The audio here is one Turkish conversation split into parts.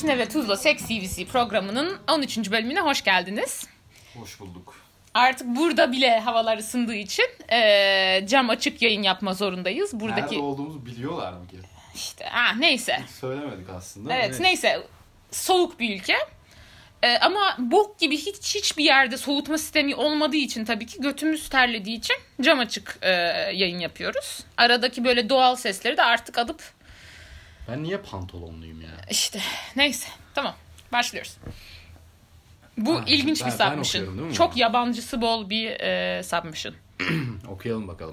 Defne ve Tuzla Seks CVC programının 13. bölümüne hoş geldiniz. Hoş bulduk. Artık burada bile havalar ısındığı için cam açık yayın yapma zorundayız. Buradaki... Nerede olduğumuzu biliyorlar mı ki? İşte neyse. Hiç söylemedik aslında. Evet neyse. Soğuk bir ülke. Ama bok gibi hiçbir yerde soğutma sistemi olmadığı için tabii ki götümüz terlediği için cam açık yayın yapıyoruz. Aradaki böyle doğal sesleri de artık alıp... Ben niye pantolonluyum ya? İşte neyse tamam başlıyoruz. Bu ilginç bir submission. Çok yabancısı bol bir submission. Okuyalım bakalım.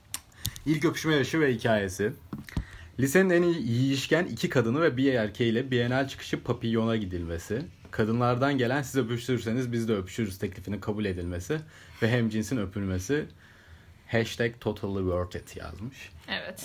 İlk öpüşme yaşı ve hikayesi. Lisenin en yiyişken iki kadını ve bir erkeğiyle Bienal çıkışı Papillon'a gidilmesi. Kadınlardan gelen siz öpüştürürseniz biz de öpüşürüz teklifinin kabul edilmesi ve hemcinsin öpülmesi. #totally worth it yazmış. Evet.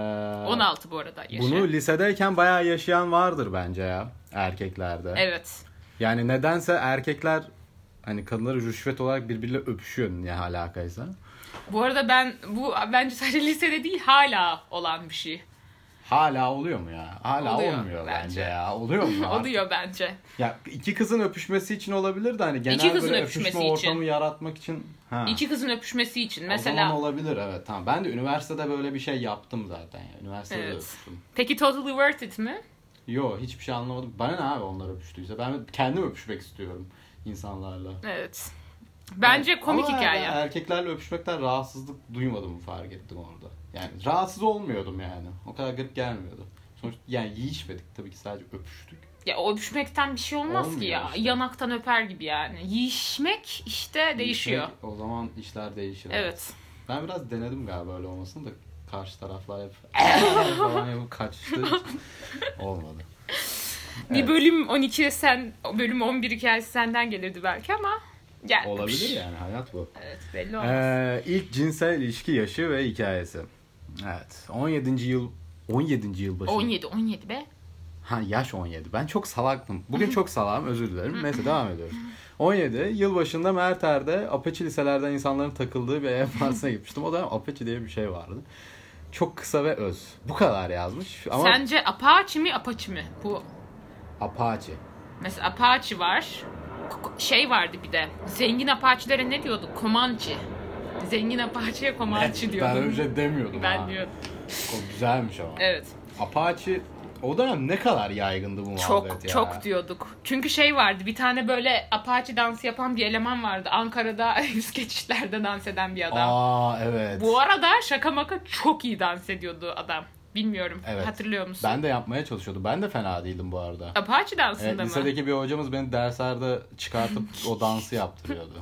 16 bu arada yaşı. Bunu lisedeyken bayağı yaşayan vardır bence ya erkeklerde. Evet. Yani nedense erkekler hani kadınları rüşvet olarak birbiriyle öpüşüyor ne alakaysa. Bu arada bence sadece lisede değil hala olan bir şey. Hala oluyor mu ya? Hala oluyor, olmuyor bence ya. Oluyor mu? Oluyor bence. Ya iki kızın öpüşmesi için olabilir de hani genel böyle öpüşme ortamı yaratmak için. İki kızın öpüşmesi için mesela. O zaman olabilir evet tamam. Ben de üniversitede böyle bir şey yaptım zaten ya. Üniversitede evet. Öpüştüm. Peki totally worth it mi? Yo hiçbir şey anlamadım. Bana ne abi onlar öpüştüyse. Ben kendim öpüşmek istiyorum insanlarla. Evet. Bence evet, komik hikaye. Erkeklerle öpüşmekten rahatsızlık duymadığımı fark ettim orada. Yani rahatsız olmuyordum yani. O kadar garip gelmiyordu. Sonuçta yani yiyişmedik tabii ki sadece öpüştük. Ya o öpüşmekten bir şey olmaz olmuyor ki ya. Işte. Yanaktan öper gibi yani. Yiyişmek işte değişiyor. O zaman işler değişir. Evet. Ben biraz denedim galiba öyle olmasını da karşı taraflar hep falan yapıp kaçtı. Olmadı. Bir evet. Bölüm 12 bölüm 11 hikayesi senden gelirdi belki ama gelmiş. Olabilir yani hayat bu. Evet belli olmaz. İlk cinsel ilişki yaşı ve hikayesi. Evet. 17. yıl başı. 17 be. Yaş 17. Ben çok salaktım. Bugün çok salağım özür dilerim. Neyse devam ediyoruz. 17 yıl başında Merter'de Apache liselerden insanların takıldığı bir ev partisine gitmiştim. O da Apache diye bir şey vardı. Çok kısa ve öz. Bu kadar yazmış. Ama sence Apache mi Apache mi? Bu Apache. Mesela Apache var. Şey vardı bir de. Zengin Apache'lere ne diyordu? Comanche. Zengin Apache'ye Comanche diyordum. Ben önce demiyordum. Ben diyordum. O güzelmiş ama. Evet. Apache o dönem ne kadar yaygındı bu muhabbet ya. Çok diyorduk. Çünkü şey vardı. Bir tane böyle Apache dansı yapan bir eleman vardı. Ankara'da üst geçitlerde dans eden bir adam. Evet. Bu arada şaka maka çok iyi dans ediyordu adam. Bilmiyorum. Evet. Hatırlıyor musun? Ben de yapmaya çalışıyordum. Ben de fena değildim bu arada. Apache dansında mı? Lisedeki bir hocamız beni derslerde çıkartıp o dansı yaptırıyordu.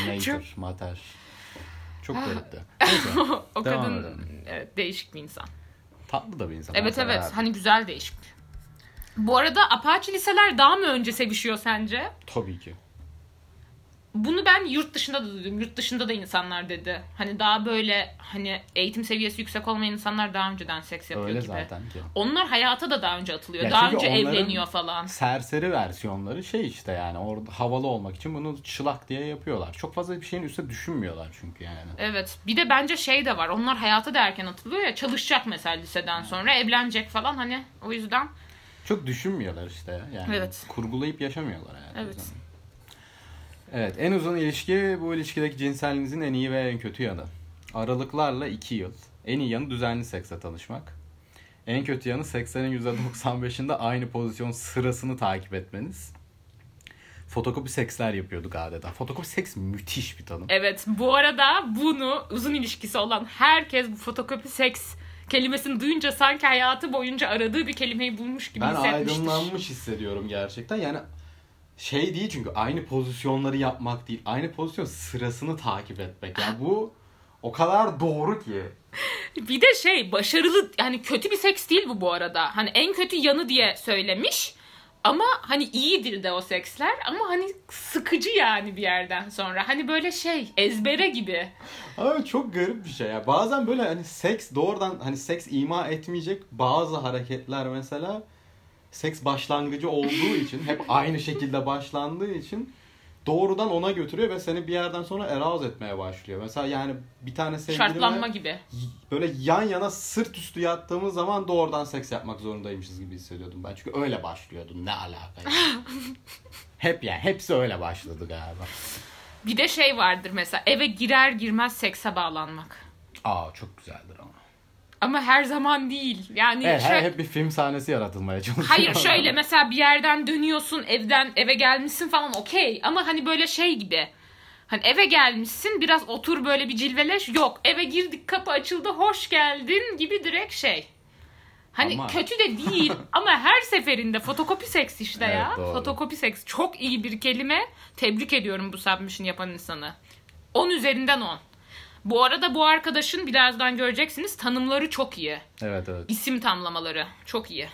Mater. Çok garipti. O kadın evet, değişik bir insan. Tatlı da bir insan. Evet. Hani güzel değişik. Bu arada Apache liseler daha mı önce sevişiyor sence? Tabii ki. Bunu ben yurt dışında da duydum. Yurt dışında da insanlar dedi. Hani daha böyle hani eğitim seviyesi yüksek olmayan insanlar daha önceden seks yapıyor öyle gibi. Öyle zaten ki. Onlar hayata da daha önce atılıyor. Ya daha önce evleniyor falan. Serseri versiyonları işte yani orada havalı olmak için bunu çılak diye yapıyorlar. Çok fazla bir şeyin üstüne düşünmüyorlar çünkü yani. Evet. Bir de bence şey de var. Onlar hayata da erken atılıyor ya. Çalışacak mesela liseden sonra. Evlenecek falan hani. O yüzden. Çok düşünmüyorlar işte. Yani evet. Kurgulayıp yaşamıyorlar yani. Evet. Evet, en uzun ilişki bu ilişkideki cinselliğinizin en iyi ve en kötü yanı. Aralıklarla 2 yıl. En iyi yanı düzenli seksle tanışmak. En kötü yanı sekslerin %95'inde aynı pozisyon sırasını takip etmeniz. Fotokopi seksler yapıyorduk adeta. Fotokopi seks müthiş bir tanım. Evet, bu arada bunu uzun ilişkisi olan herkes bu fotokopi seks kelimesini duyunca sanki hayatı boyunca aradığı bir kelimeyi bulmuş gibi hissetmiştir. Ben aydınlanmış hissediyorum gerçekten. Yani şey değil çünkü aynı pozisyonları yapmak değil. Aynı pozisyon sırasını takip etmek. Yani bu o kadar doğru ki. Bir de başarılı yani kötü bir seks değil bu arada. Hani en kötü yanı diye söylemiş. Ama hani iyidir de o seksler. Ama hani sıkıcı yani bir yerden sonra. Hani böyle ezbere gibi. Ama çok garip bir şey ya. Bazen böyle hani seks doğrudan hani seks ima etmeyecek bazı hareketler mesela seks başlangıcı olduğu için hep aynı şekilde başlandığı için doğrudan ona götürüyor ve seni bir yerden sonra arouse etmeye başlıyor. Mesela yani bir tane Şartlanma gibi. böyle yan yana sırt üstü yattığımız zaman doğrudan seks yapmak zorundaymışız gibi hissediyordum ben. Çünkü öyle başlıyordum. Ne alaka yani. Hepsi öyle başladı galiba. Bir de şey vardır mesela, eve girer girmez sekse bağlanmak. Aa, çok güzeldir ama. Ama her zaman değil. Yani Evet, hep bir film sahnesi yaratılmaya çalışıyor. Hayır, şöyle mesela bir yerden dönüyorsun, evden eve gelmişsin falan, okey. Ama hani böyle şey gibi. Hani eve gelmişsin, biraz otur böyle bir cilveleş. Yok, eve girdik, kapı açıldı, hoş geldin gibi direkt şey. Hani ama... kötü de değil ama her seferinde fotokopi seks işte evet, ya. Doğru. Fotokopi seks çok iyi bir kelime. Tebrik ediyorum bu submission yapan insanı. 10 üzerinden 10. Bu arada bu arkadaşın, birazdan göreceksiniz, tanımları çok iyi. Evet. İsim tamlamaları çok iyi.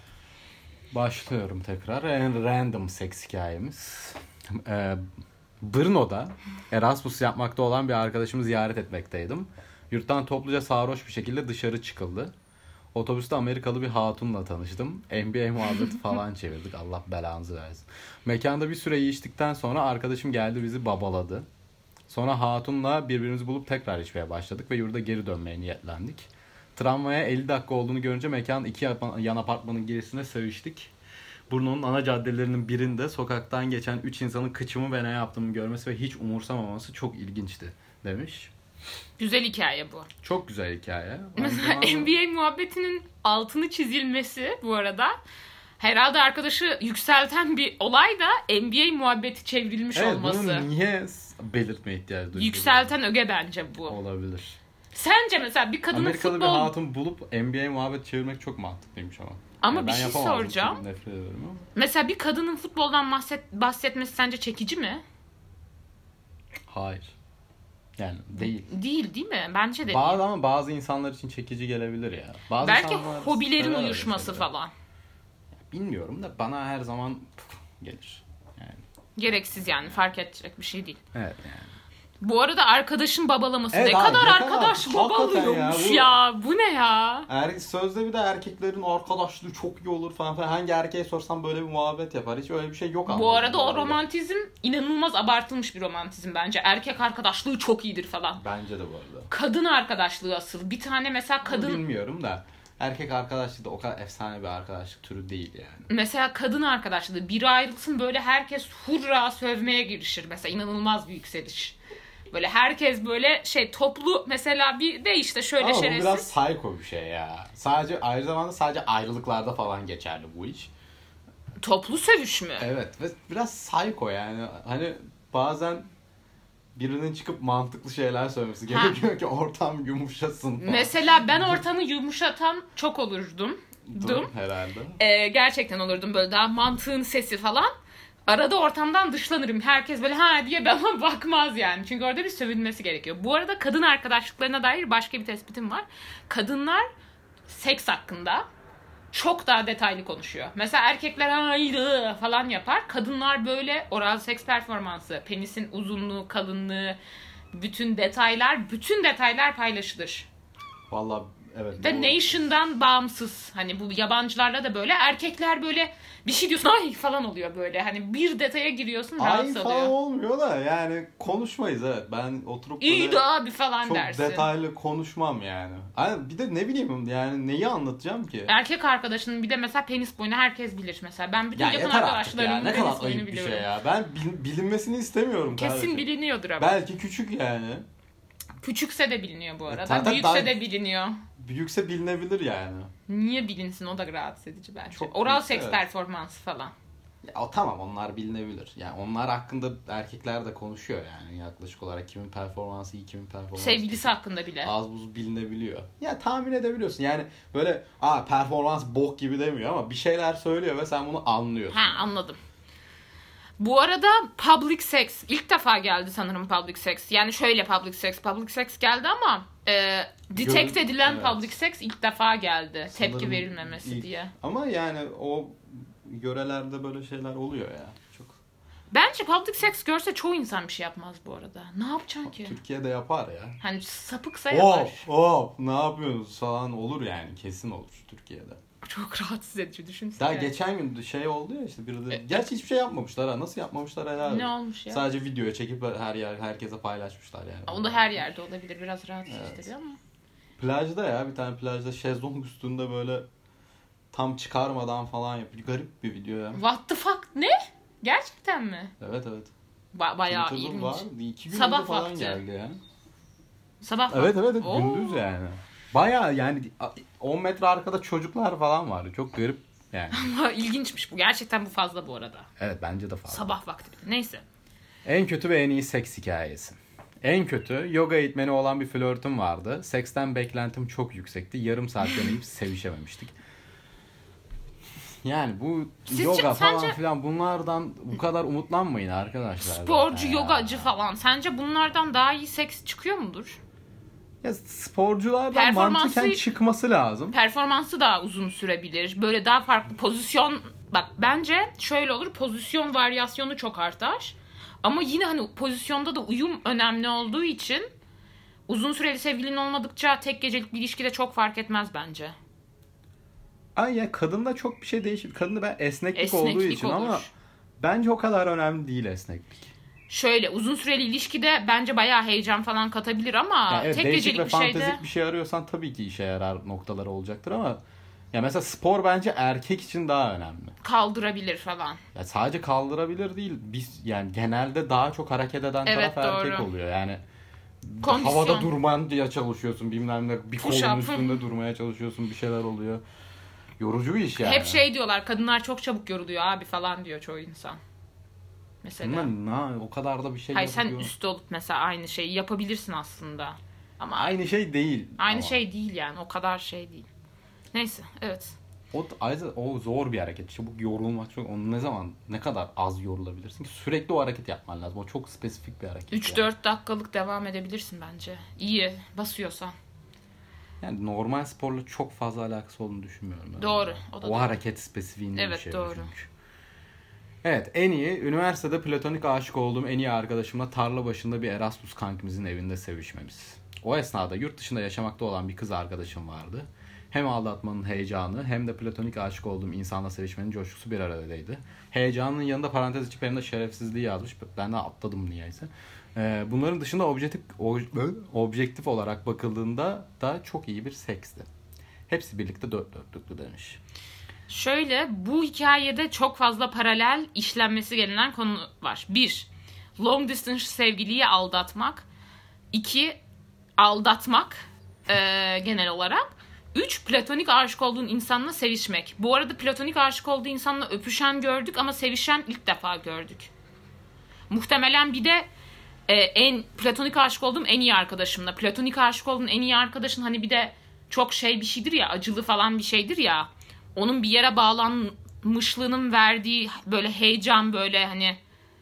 Başlıyorum tekrar. En random seks hikayemiz. Brno'da Erasmus yapmakta olan bir arkadaşımı ziyaret etmekteydim. Yurttan topluca sarhoş bir şekilde dışarı çıkıldı. Otobüste Amerikalı bir hatunla tanıştım. NBA muhabbeti falan çevirdik. Allah belanızı versin. Mekanda bir süre iyi içtikten sonra arkadaşım geldi, bizi babaladı. Sonra hatunla birbirimizi bulup tekrar içmeye başladık ve yurda geri dönmeye niyetlendik. Tramvaya 50 dakika olduğunu görünce mekanın iki yan apartmanın girişine seviştik. Brno'nun ana caddelerinin birinde sokaktan geçen 3 insanın kıçımı ve ne yaptığımı görmesi ve hiç umursamaması çok ilginçti demiş. Güzel hikaye bu. Çok güzel hikaye. Mesela NBA muhabbetinin altını çizilmesi bu arada. Herhalde arkadaşı yükselten bir olay da NBA muhabbeti çevrilmiş olması. Evet, bunu niye belirtmeye ihtiyacı duyuyorsun? Yükselten öge bence bu. Olabilir. Sence mesela bir kadının Amerikalı bir hatun bulup NBA muhabbet çevirmek çok mantıklıymış ama. Ama yani bir şey soracağım. Nefret ediyorum ama. Mesela bir kadının futboldan bahsetmesi sence çekici mi? Hayır. Yani değil. Değil mi? Bence de bazı değil. Ama bazı insanlar için çekici gelebilir ya. Bazı belki insanlar hobilerin uyuşması falan. Bilmiyorum da bana her zaman gelir. Yani. Gereksiz yani, fark edecek bir şey değil. Evet yani. Bu arada arkadaşın babalaması, evet, ne abi, kadar ne arkadaş kadar, babalıyormuş ya. Bu ne ya? Sözde bir de erkeklerin arkadaşlığı çok iyi olur falan. Hangi erkeğe sorsam böyle bir muhabbet yapar. Hiç öyle bir şey yok. Bu arada o romantizm inanılmaz abartılmış bir romantizm bence. Erkek arkadaşlığı çok iyidir falan. Bence de bu arada. Kadın arkadaşlığı asıl. Bir tane mesela kadın... Bilmiyorum da erkek arkadaşlığı da o kadar efsane bir arkadaşlık türü değil yani. Mesela kadın arkadaşlığı. Biri ayrılsın böyle herkes hurra sövmeye girişir. Mesela inanılmaz bir yükseliş. Böyle herkes böyle toplu mesela bir de işte şöyle ama şerefsiz. Ama bu biraz psycho bir şey ya. Aynı zamanda sadece ayrılıklarda falan geçerli bu iş. Toplu sövüş mü? Evet ve biraz psycho yani. Hani bazen birinin çıkıp mantıklı şeyler söylemesi gerekiyor ki ortam yumuşasın falan. Mesela ben ortamı yumuşatan çok olurdum. Herhalde. Gerçekten olurdum, böyle daha mantığın sesi falan. Arada ortamdan dışlanırım. Herkes böyle ha diye bana bakmaz yani. Çünkü orada bir sövülmesi gerekiyor. Bu arada kadın arkadaşlıklarına dair başka bir tespitim var. Kadınlar seks hakkında çok daha detaylı konuşuyor. Mesela erkekler hayır falan yapar. Kadınlar böyle oral seks performansı, penisin uzunluğu, kalınlığı, bütün detaylar paylaşılır. Vallahi evet. Ve nation'dan bağımsız. Hani bu yabancılarla da böyle erkekler böyle bir şey diyorsun ay falan oluyor böyle. Hani bir detaya giriyorsun rahatsız oluyor. Ay falan olmuyor da yani konuşmayız evet. Ben oturup İyi de abi falan çok dersin. Çok detaylı konuşmam yani. Bir de ne bileyim yani neyi anlatacağım ki? Erkek arkadaşının bir de mesela penis boyunu herkes bilir mesela. Ben bütün yakın arkadaşlarımın ya, penis boyunu bir biliyorum. şey ya. Ben bilinmesini istemiyorum Kesin kardeşim. biliniyordur ama. Belki küçük yani. Küçükse de biliniyor bu arada. Büyükse de biliniyor. Büyükse bilinebilir yani. Niye bilinsin? O da rahatsız edici bence. Çok oral seks performansı falan. Ya, tamam onlar bilinebilir. Yani onlar hakkında erkekler de konuşuyor yani yaklaşık olarak kimin performansı iyi, kimin performansı sevgilisi hakkında bile. Az buz bilinebiliyor. Ya tahmin edebiliyorsun. Yani böyle performans bok gibi demiyor ama bir şeyler söylüyor ve sen bunu anlıyorsun. Anladım. Bu arada public sex ilk defa geldi sanırım public sex. Yani şöyle public sex geldi ama detect edilen evet. Public sex ilk defa geldi. Sanırım tepki verilmemesi diye. Ama yani o yörelerde böyle şeyler oluyor ya. Çok. Bence public sex görse çoğu insan bir şey yapmaz bu arada. Ne yapacaksın ki? Türkiye'de yapar ya. Hani sapıksa yapar. Ne yapıyorsunuz falan olur yani. Kesin olur Türkiye'de. Çok rahatsız edici, düşünsene. Daha geçen gün şey oldu ya işte biri de. Gerçi hiçbir şey yapmamışlar ha. Nasıl yapmamışlar herhalde. Ne olmuş ya? Sadece videoya çekip herkese paylaşmışlar yani. O da her yerde olabilir. Biraz rahatsız edici ama. Plajda ya, bir tane plajda şezlong üstünde böyle tam çıkarmadan falan yapıyor. Garip bir video ya. What the fuck? Ne? Gerçekten mi? Evet. Bayağı Twitter'da ilginç. var. 2 gün Sabah önce falan vakti. geldi ya. Sabah Evet vakti. Oo. gündüz yani. Bayağı yani 10 metre arkada çocuklar falan vardı. Çok garip yani. İlginçmiş bu. Gerçekten bu fazla bu arada. Evet bence de fazla. Sabah vakti. Neyse. En kötü ve en iyi seks hikayesi. En kötü, yoga eğitmeni olan bir flörtüm vardı. Seksten beklentim çok yüksekti. Yarım saat deneyip sevişememiştik. Yani bu Sizce, yoga falan sence... filan bunlardan bu kadar umutlanmayın arkadaşlar. Sporcu, yogacı falan. Sence bunlardan daha iyi seks çıkıyor mudur? Ya sporculardan mantıken çıkması lazım. Performansı daha uzun sürebilir. Böyle daha farklı pozisyon... Bak bence şöyle olur. Pozisyon varyasyonu çok artar. Ama yine hani pozisyonda da uyum önemli olduğu için uzun süreli sevgilin olmadıkça tek gecelik bir ilişkide çok fark etmez bence. Ay ya kadında çok bir şey değişir. Kadında ben esneklik olduğu için olur. Ama bence o kadar önemli değil esneklik. Şöyle uzun süreli ilişkide bence bayağı heyecan falan katabilir ama yani evet, tek gecelik gecelik ve bir şeyde... fantezik bir şey arıyorsan tabii ki işe yarar noktaları olacaktır ama ya mesela spor bence erkek için daha önemli. Kaldırabilir falan. Ya sadece kaldırabilir değil. Biz yani genelde daha çok hareket eden taraf erkek oluyor. Yani kondisyon. Havada durman diye çalışıyorsun bilmem ne. Bir kolun üstünde durmaya çalışıyorsun. Bir şeyler oluyor. Yorucu bir iş yani. Hep şey diyorlar. Kadınlar çok çabuk yoruluyor abi falan diyor çoğu insan. Mesela. O kadar da bir şey hayır, yapıyor. sen üstte olup mesela aynı şeyi yapabilirsin aslında. Ama aynı şey değil. Aynı şey değil yani. O kadar şey değil. Neyse, evet. O zor bir hareket. Çabuk yorulmak çok. Onu ne kadar az yorulabilirsin ki? Sürekli o hareket yapman lazım. O çok spesifik bir hareket. 3-4 dakikalık devam edebilirsin bence. İyi basıyorsan. Yani normal sporla çok fazla alakası olduğunu düşünmüyorum. Doğru. O hareket spesifiğinde evet, bir şey. doğru. Çünkü. Evet, en iyi üniversitede platonik aşık olduğum en iyi arkadaşımla tarla başında bir Erasmus kankimizin evinde sevişmemiz. O esnada yurt dışında yaşamakta olan bir kız arkadaşım vardı. Hem aldatmanın heyecanı hem de platonik aşık olduğum insanla sevişmenin coşkusu bir aradaydı. Heyecanının yanında parantez içi benim de şerefsizliği yazmış. Ben de atladım niyeyse. Bunların dışında objektif olarak bakıldığında da çok iyi bir seksti. Hepsi birlikte dört dörtlüklü demiş. Şöyle, bu hikayede çok fazla paralel işlenmesi gelinen konu var. 1. Long distance sevgiliyi aldatmak. 2. Aldatmak genel olarak. 3. Platonik aşık olduğun insanla sevişmek. Bu arada platonik aşık olduğu insanla öpüşen gördük ama sevişen ilk defa gördük. Muhtemelen bir de platonik aşık olduğum en iyi arkadaşımla. Platonik aşık olduğun en iyi arkadaşın hani bir de çok şey bir şeydir ya, acılı falan bir şeydir ya. Onun bir yere bağlanmışlığının verdiği böyle heyecan, böyle hani...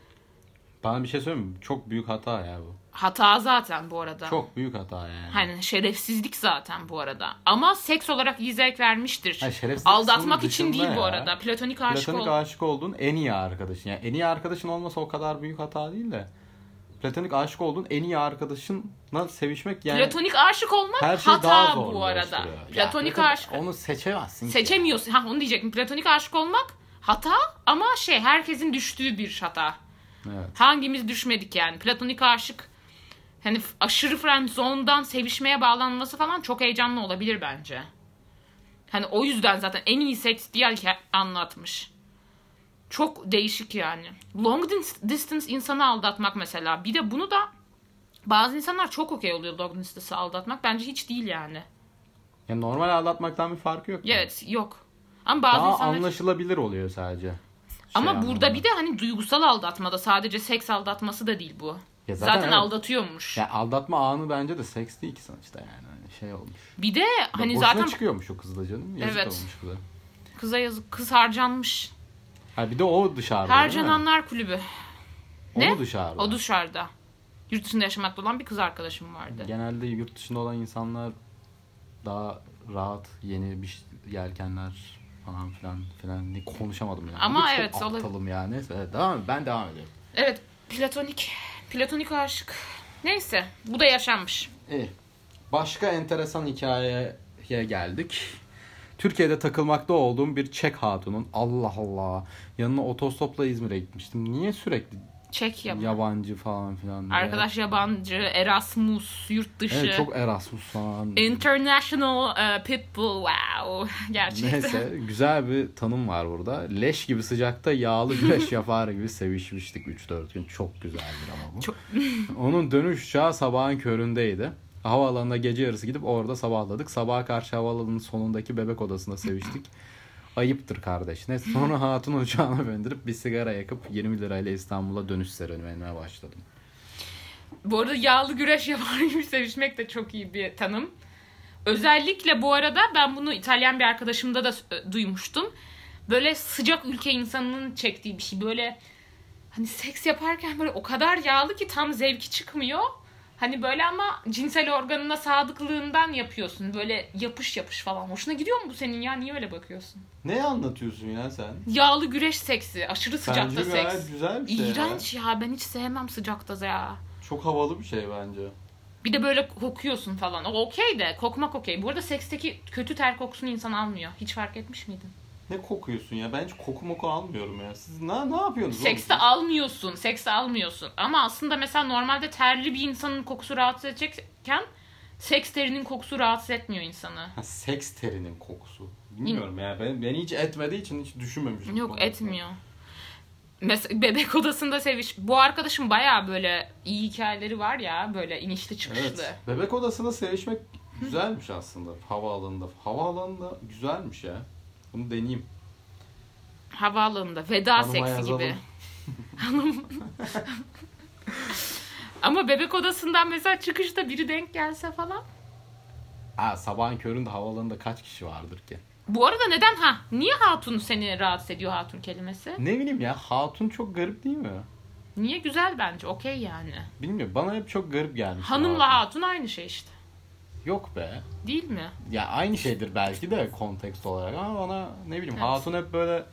Bana bir şey söyleyeyim mi? Çok büyük hata ya bu. Hata zaten bu arada. Çok büyük hata yani. Hani şerefsizlik zaten bu arada. Ama seks olarak iyi zevk vermiştir. Yani aldatmak için değil bu arada. Platonik aşık olduğun en iyi arkadaşın. Yani en iyi arkadaşın olmasa o kadar büyük hata değil de. Platonik aşık olduğun en iyi arkadaşınla sevişmek yani... Platonik aşık olmak her şey hata bu arada. Platonik aşık... Onu seçemezsin. Seçemiyorsun. Onu diyecektim. Platonik aşık olmak hata ama herkesin düştüğü bir hata. Evet. Hangimiz düşmedik yani. Platonik aşık hani aşırı friend zone'dan sevişmeye bağlanması falan çok heyecanlı olabilir bence. Hani o yüzden zaten en iyi seks diye anlatmış. Çok değişik yani. Long distance insanı aldatmak mesela. Bir de bunu da bazı insanlar çok okey oluyor long distance aldatmak. Bence hiç değil yani. Yani normal aldatmaktan bir farkı yok. Evet, yok. Ama bazı daha insanlar... anlaşılabilir oluyor sadece. Ama burada bir de hani duygusal aldatmada, sadece seks aldatması da değil bu. Ya zaten evet. Aldatıyormuş. Ya aldatma anı bence de seks değil ki sonuçta yani. Hani olmuş. Bir de hani boşuna zaten... çıkıyormuş o kızla canım. Yazık evet. olmuş kıza. Kıza yazık. Kız harcanmış. Ha bir de o dışarıda. Harcananlar kulübü. Ne? O dışarıda. O dışarıda. Yurt dışında yaşamakta olan bir kız arkadaşım vardı. Genelde yurt dışında olan insanlar daha rahat, yeni bir yelkenler falan filan konuşamadım yani. Ama çok evet aptalım yani. Neyse evet, ben devam ediyorum. Evet, platonik aşık. Neyse, bu da yaşanmış. İyi. Başka enteresan hikayeye geldik. Türkiye'de takılmakta olduğum bir Çek hatunun, Allah Allah, yanına otostopla İzmir'e gitmiştim. Niye sürekli Çek yabancı falan filan diye. Arkadaş yabancı, Erasmus, yurt dışı. Evet, çok Erasmus falan. International people, wow. Gerçekten. Neyse, güzel bir tanım var burada. Leş gibi sıcakta yağlı güreş yapar gibi sevişmiştik 3-4 gün. Çok güzeldir ama bu. Çok... Onun dönüş uçağı sabahın köründeydi. Havaalanına gece yarısı gidip orada sabahladık. Sabaha karşı havaalanının sonundaki bebek odasında seviştik. Ayıptır kardeş. Neyse, sonra hatun uçağına bindirip bir sigara yakıp 20 lirayla İstanbul'a dönüş serüvenine başladım. Bu arada yağlı güreş yapar gibi sevişmek de çok iyi bir tanım. Özellikle bu arada ben bunu İtalyan bir arkadaşımda da duymuştum. Böyle sıcak ülke insanının çektiği bir şey. Böyle hani seks yaparken böyle o kadar yağlı ki tam zevki çıkmıyor. Hani böyle ama cinsel organına sadıklığından yapıyorsun. Böyle yapış yapış falan. Hoşuna gidiyor mu bu senin ya? Niye öyle bakıyorsun? Ne anlatıyorsun ya sen? Yağlı güreş seksi. Aşırı sıcakta bence seks. gayet güzel bir şey. İğrenç ya. Ben hiç sevmem sıcakta ya. Çok havalı bir şey bence. Bir de böyle kokuyorsun falan. O okey de. Kokmak okey. Bu arada seksteki kötü ter kokusunu insan almıyor. Hiç fark etmiş miydin? Ne kokuyorsun ya? Ben hiç koku moku almıyorum ya. Siz ne yapıyorsunuz? Sekste almıyorsun. Sekste almıyorsun. Ama aslında mesela normalde terli bir insanın kokusu rahatsız edecekken seks terinin kokusu rahatsız etmiyor insanı. Ha, seks terinin kokusu. Bilmiyorum ya. Beni hiç etmediği için hiç düşünmemiştim. Yok, etmiyor. Mesela bebek odasında seviş. Bu arkadaşım bayağı böyle iyi hikayeleri var ya. Böyle inişli çıkışlı. Evet. Bebek odasında sevişmek güzelmiş aslında. Havaalanında. Havaalanında güzelmiş ya. Bunu deneyeyim. Havaalanında. Veda Hanıma seksi yazalım. gibi. Ama bebek odasından mesela çıkışta biri denk gelse falan. Sabahın köründe havaalanında kaç kişi vardır ki? Bu arada neden niye hatun seni rahatsız ediyor, hatun kelimesi? Ne bileyim ya, hatun çok garip değil mi? Niye? Güzel bence, okey yani. Bilmiyorum, bana hep çok garip gelmiş. Hanımla hatun aynı şey işte. Yok be. Değil mi? Ya aynı şeydir belki de kontekst olarak ama bana ne bileyim, evet. Hatun hep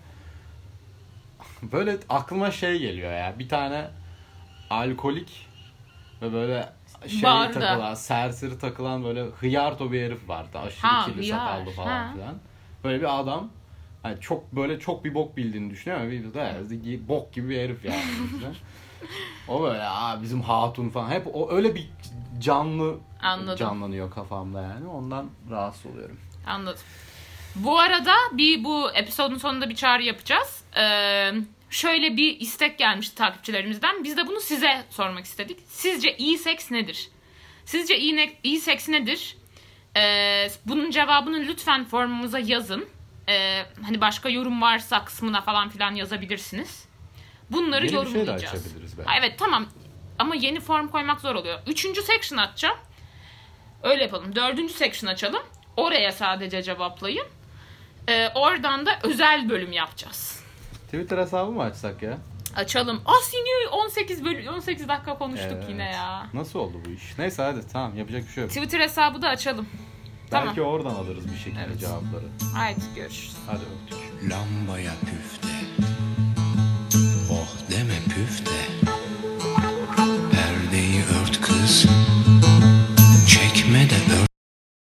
böyle aklıma şey geliyor ya. Bir tane alkolik ve böyle takılan, serseri takılan böyle hıyarto bir herif vardı. Aşırı kirli sakallı falan filan. Böyle bir adam, hani çok bir bok bildiğini düşünüyor ama bir de bok gibi bir herif yani. O böyle bizim hatun falan. Hep o öyle bir canlı canlanıyor kafamda yani. Ondan rahatsız oluyorum. Anladım. Bu arada bu episodun sonunda bir çağrı yapacağız. Şöyle bir istek gelmişti takipçilerimizden. Biz de bunu size sormak istedik. Sizce iyi seks nedir? Sizce iyi seks nedir? Bunun cevabını lütfen formumuza yazın. Hani başka yorum varsa kısmına falan filan yazabilirsiniz. Bunları yeni yorumlayacağız. Yeni bir şey de açabiliriz belki. Evet, tamam. Ama yeni form koymak zor oluyor. 3. section açacağım. Öyle yapalım. 4. section açalım. Oraya sadece cevaplayın. Oradan da özel bölüm yapacağız. Twitter hesabı mı açsak ya? Açalım. Yine 18 dakika konuştuk yine ya. Nasıl oldu bu iş? Neyse hadi tamam, yapacak bir şey yok. Twitter hesabı da açalım. Belki oradan alırız bir şekilde cevapları. Haydi görüşürüz. Hadi öptük. Lambaya küfte.